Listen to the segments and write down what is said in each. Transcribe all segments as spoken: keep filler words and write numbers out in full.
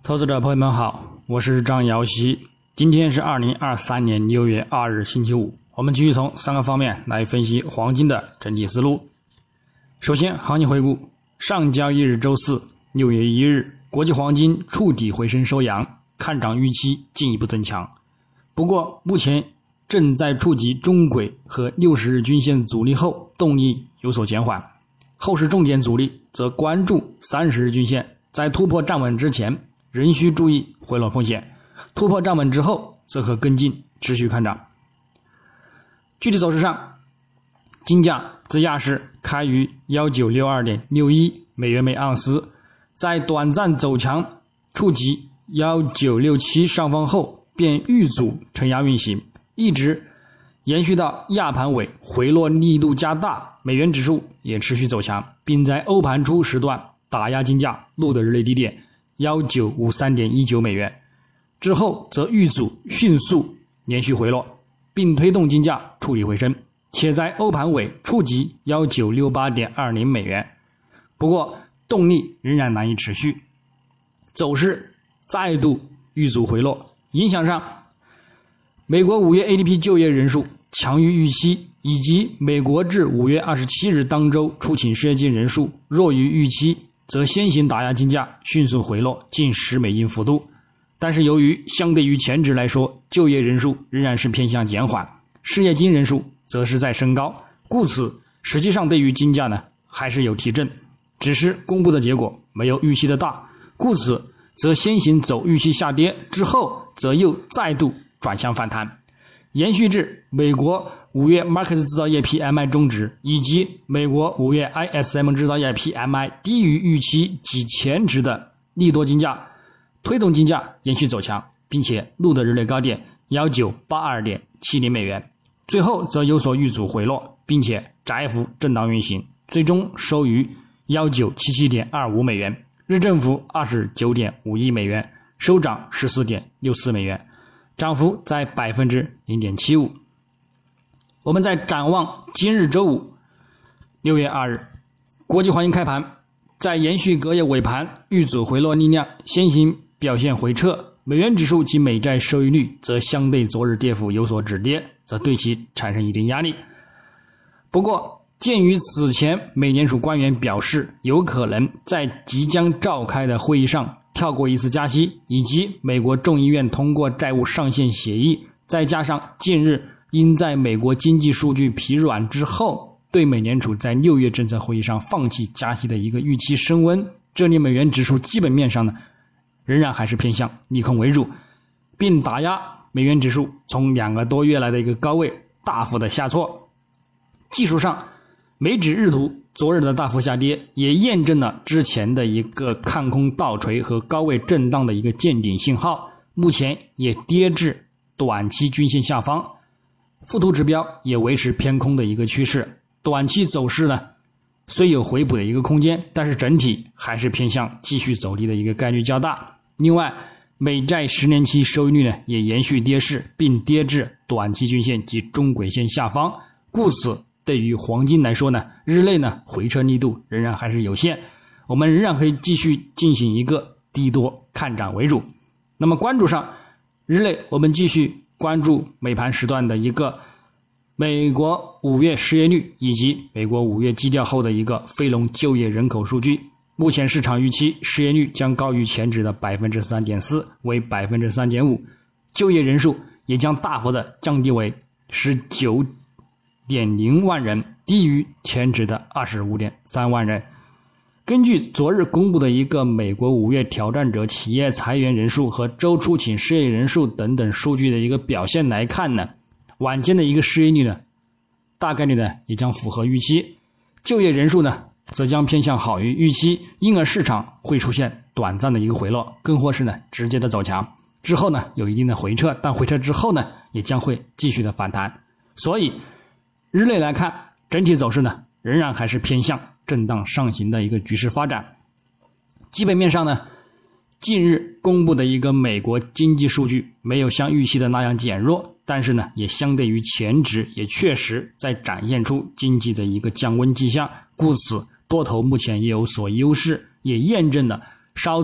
投资者朋友们好，我是张瑶希。今天是二零二三年六月二日星期五，我们继续从三个方面来分析黄金的整体思路。首先，行情回顾，上交易日周四六月一日，国际黄金触底回升收阳，看涨预期进一步增强。不过目前正在触及中轨和六十日均线阻力后，动力有所减缓。后市重点阻力则关注三十日均线，在突破站稳之前仍需注意回落风险，突破站稳之后则可跟进持续看涨。具体走势上，金价自亚市开于 一九六二点六一 美元每盎司，在短暂走强触及一九六七上方后便遇阻承压运行，一直延续到亚盘尾回落力度加大，美元指数也持续走强，并在欧盘初时段打压金价录得日内低点 一九五三点一九 美元，之后则遇阻迅速连续回落，并推动金价触底回升，且在欧盘尾触及 一九六八点二零 美元。不过动力仍然难以持续，走势再度遇阻回落。影响上，美国五月 A D P 就业人数强于预期，以及美国至五月二十七日当周出勤失业金人数弱于预期，则先行打压金价迅速回落近十美金幅度。但是由于相对于前值来说，就业人数仍然是偏向减缓，失业金人数则是在升高，故此实际上对于金价呢还是有提振，只是公布的结果没有预期的大，故此则先行走预期下跌，之后则又再度转向反弹，延续至美国五月 Markets 制造业 P M I 终值以及美国五月 I S M 制造业 P M I 低于预期及前值的利多金价，推动金价延续走强，并且录得日内高点 一九八二点七零 美元，最后则有所遇阻回落，并且窄幅震荡运行，最终收于 一九七七点二五 美元，日振幅 二十九点五一 美元，收涨 十四点六四 美元，涨幅在 百分之零点七五。 我们再展望今日周五六月二日，国际黄金开盘在延续隔夜尾盘遇阻回落力量先行表现回撤，美元指数及美债收益率则相对昨日跌幅有所止跌，则对其产生一定压力。不过鉴于此前美联储官员表示有可能在即将召开的会议上跳过一次加息，以及美国众议院通过债务上限协议，再加上近日因在美国经济数据疲软之后对美联储在六月政策会议上放弃加息的一个预期升温，这里美元指数基本面上呢仍然还是偏向利空为主，并打压美元指数从两个多月来的一个高位大幅的下挫。技术上，美指日图昨日的大幅下跌也验证了之前的一个看空倒锤和高位震荡的一个见顶信号，目前也跌至短期均线下方，附图指标也维持偏空的一个趋势。短期走势呢虽有回补的一个空间，但是整体还是偏向继续走低的一个概率较大。另外，美债十年期收益率呢也延续跌势，并跌至短期均线及中轨线下方，故此对于黄金来说呢，日内呢回撤力度仍然还是有限，我们仍然可以继续进行一个低多看涨为主。那么关注上，日内我们继续关注美盘时段的一个美国五月失业率以及美国五月基调后的一个非农就业人口数据。目前市场预期失业率将高于前值的 百分之三点四 为 百分之三点五， 就业人数也将大幅的降低为 十九点零万人，低于前值的 二十五点三万人。根据昨日公布的一个美国五月挑战者企业裁员人数和周出勤失业人数等等数据的一个表现来看呢，晚间的一个失业率呢大概率呢也将符合预期，就业人数呢则将偏向好于预期，因而市场会出现短暂的一个回落，更或是呢直接的走强，之后呢有一定的回撤，但回撤之后呢也将会继续的反弹。所以日内来看，整体走势呢仍然还是偏向震荡上行的一个局势发展。基本面上呢，近日公布的一个美国经济数据没有像预期的那样减弱，但是呢也相对于前值也确实在展现出经济的一个降温迹象，故此多头目前也有所优势，也验证了稍早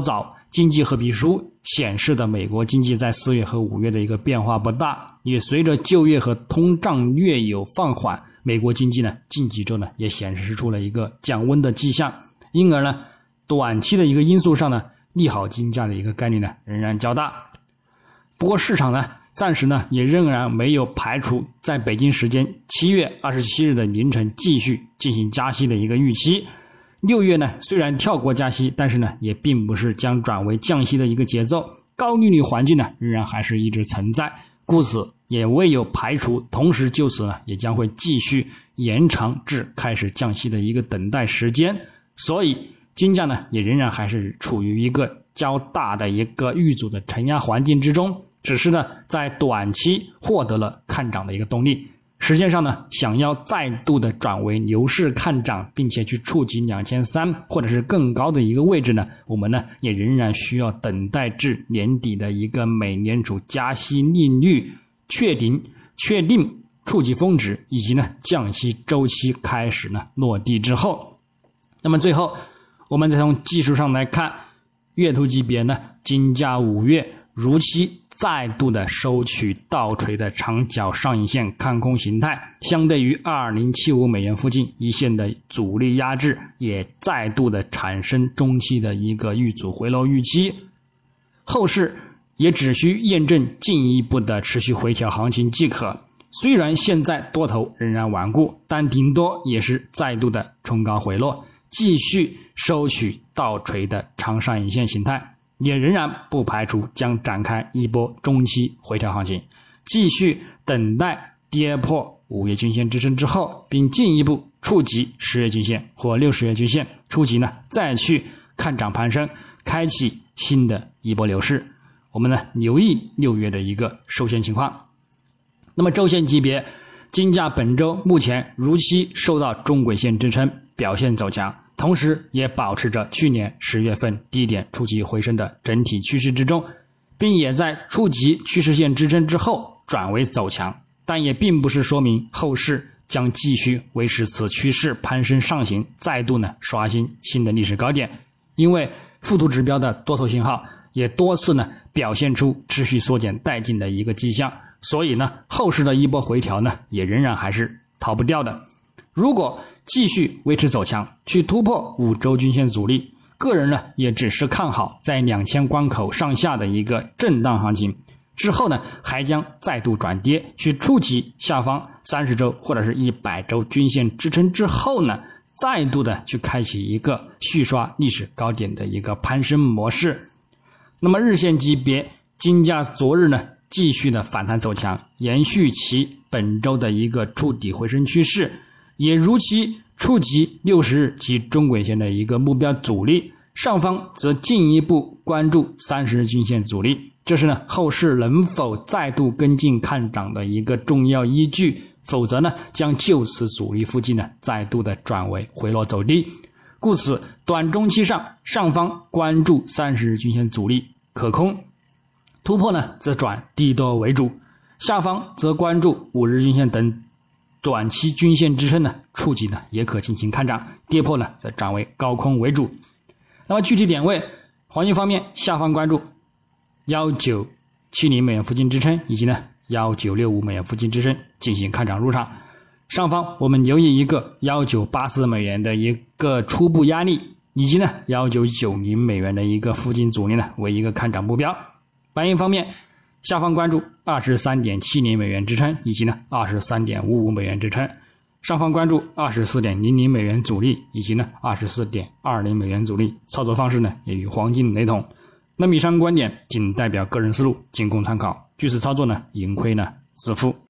经济褐皮书显示的美国经济在四月和五月的一个变化不大，也随着就业和通胀略有放缓，美国经济呢近几周呢也显示出了一个降温的迹象，因而呢短期的一个因素上呢利好金价的一个概率呢仍然较大。不过市场呢暂时呢也仍然没有排除在北京时间七月二十七日的凌晨继续进行加息的一个预期。六月呢虽然跳过加息，但是呢也并不是将转为降息的一个节奏，高利率环境呢仍然还是一直存在，故此也未有排除，同时就此呢也将会继续延长至开始降息的一个等待时间。所以金价呢也仍然还是处于一个较大的一个遇阻的承压环境之中，只是呢在短期获得了看涨的一个动力。时间上呢想要再度的转为牛市看涨，并且去触及两千三百或者是更高的一个位置呢，我们呢也仍然需要等待至年底的一个美联储加息利率确定确定触及峰值，以及呢降息周期开始呢落地之后。那么最后我们再从技术上来看，月图级别呢金价五月如期再度的收取倒锤的长角上影线看空形态，相对于二零七五美元附近一线的阻力压制，也再度的产生中期的一个遇阻回落预期。后市也只需验证进一步的持续回调行情即可。虽然现在多头仍然顽固，但顶多也是再度的冲高回落，继续收取倒锤的长上影线形态，也仍然不排除将展开一波中期回调行情，继续等待跌破五月均线支撑之后，并进一步触及十月均线或六十月均线，触及呢再去看涨攀升，开启新的一波牛市。我们呢留意六月的一个收线情况。那么周线级别，金价本周目前如期受到中轨线支撑，表现走强，同时也保持着去年十月份低点触及回升的整体趋势之中，并也在触及趋势线支撑之后转为走强，但也并不是说明后市将继续维持此趋势攀升上行，再度呢刷新新的历史高点。因为附图指标的多头信号也多次呢表现出持续缩减带劲的一个迹象，所以呢后市的一波回调呢也仍然还是逃不掉的。如果继续维持走强，去突破五周均线阻力，个人呢也只是看好在两千关口上下的一个震荡行情，之后呢还将再度转跌，去触及下方三十周或者是一百周均线支撑之后呢，再度的去开启一个续刷历史高点的一个攀升模式。那么日线级别，金价昨日呢继续的反弹走强，延续其本周的一个触底回升趋势，也如期触及六十日及中轨线的一个目标阻力，上方则进一步关注三十日均线阻力，这是呢后市能否再度跟进看涨的一个重要依据，否则呢将就此阻力附近呢再度的转为回落走低。故此短中期上，上方关注三十日均线阻力可空，突破呢则转低多为主，下方则关注五日均线等短期均线支撑呢触及呢也可进行看涨，跌破呢则转为高空为主。那么具体点位，黄金方面下方关注一九七零美元附近支撑，以及呢一九六五美元附近支撑进行看涨入场。上方我们留意一个一九八四美元的一个初步压力，以及呢一九九零美元的一个附近阻力呢为一个看涨目标。白银方面下方关注 二十三点七零美元支撑，以及呢 二十三点五五美元支撑，上方关注 二十四点零零美元阻力，以及呢 二十四点二零美元阻力。操作方式呢也与黄金雷同。那么以上观点仅代表个人思路，仅供参考，据此操作呢盈亏呢自负。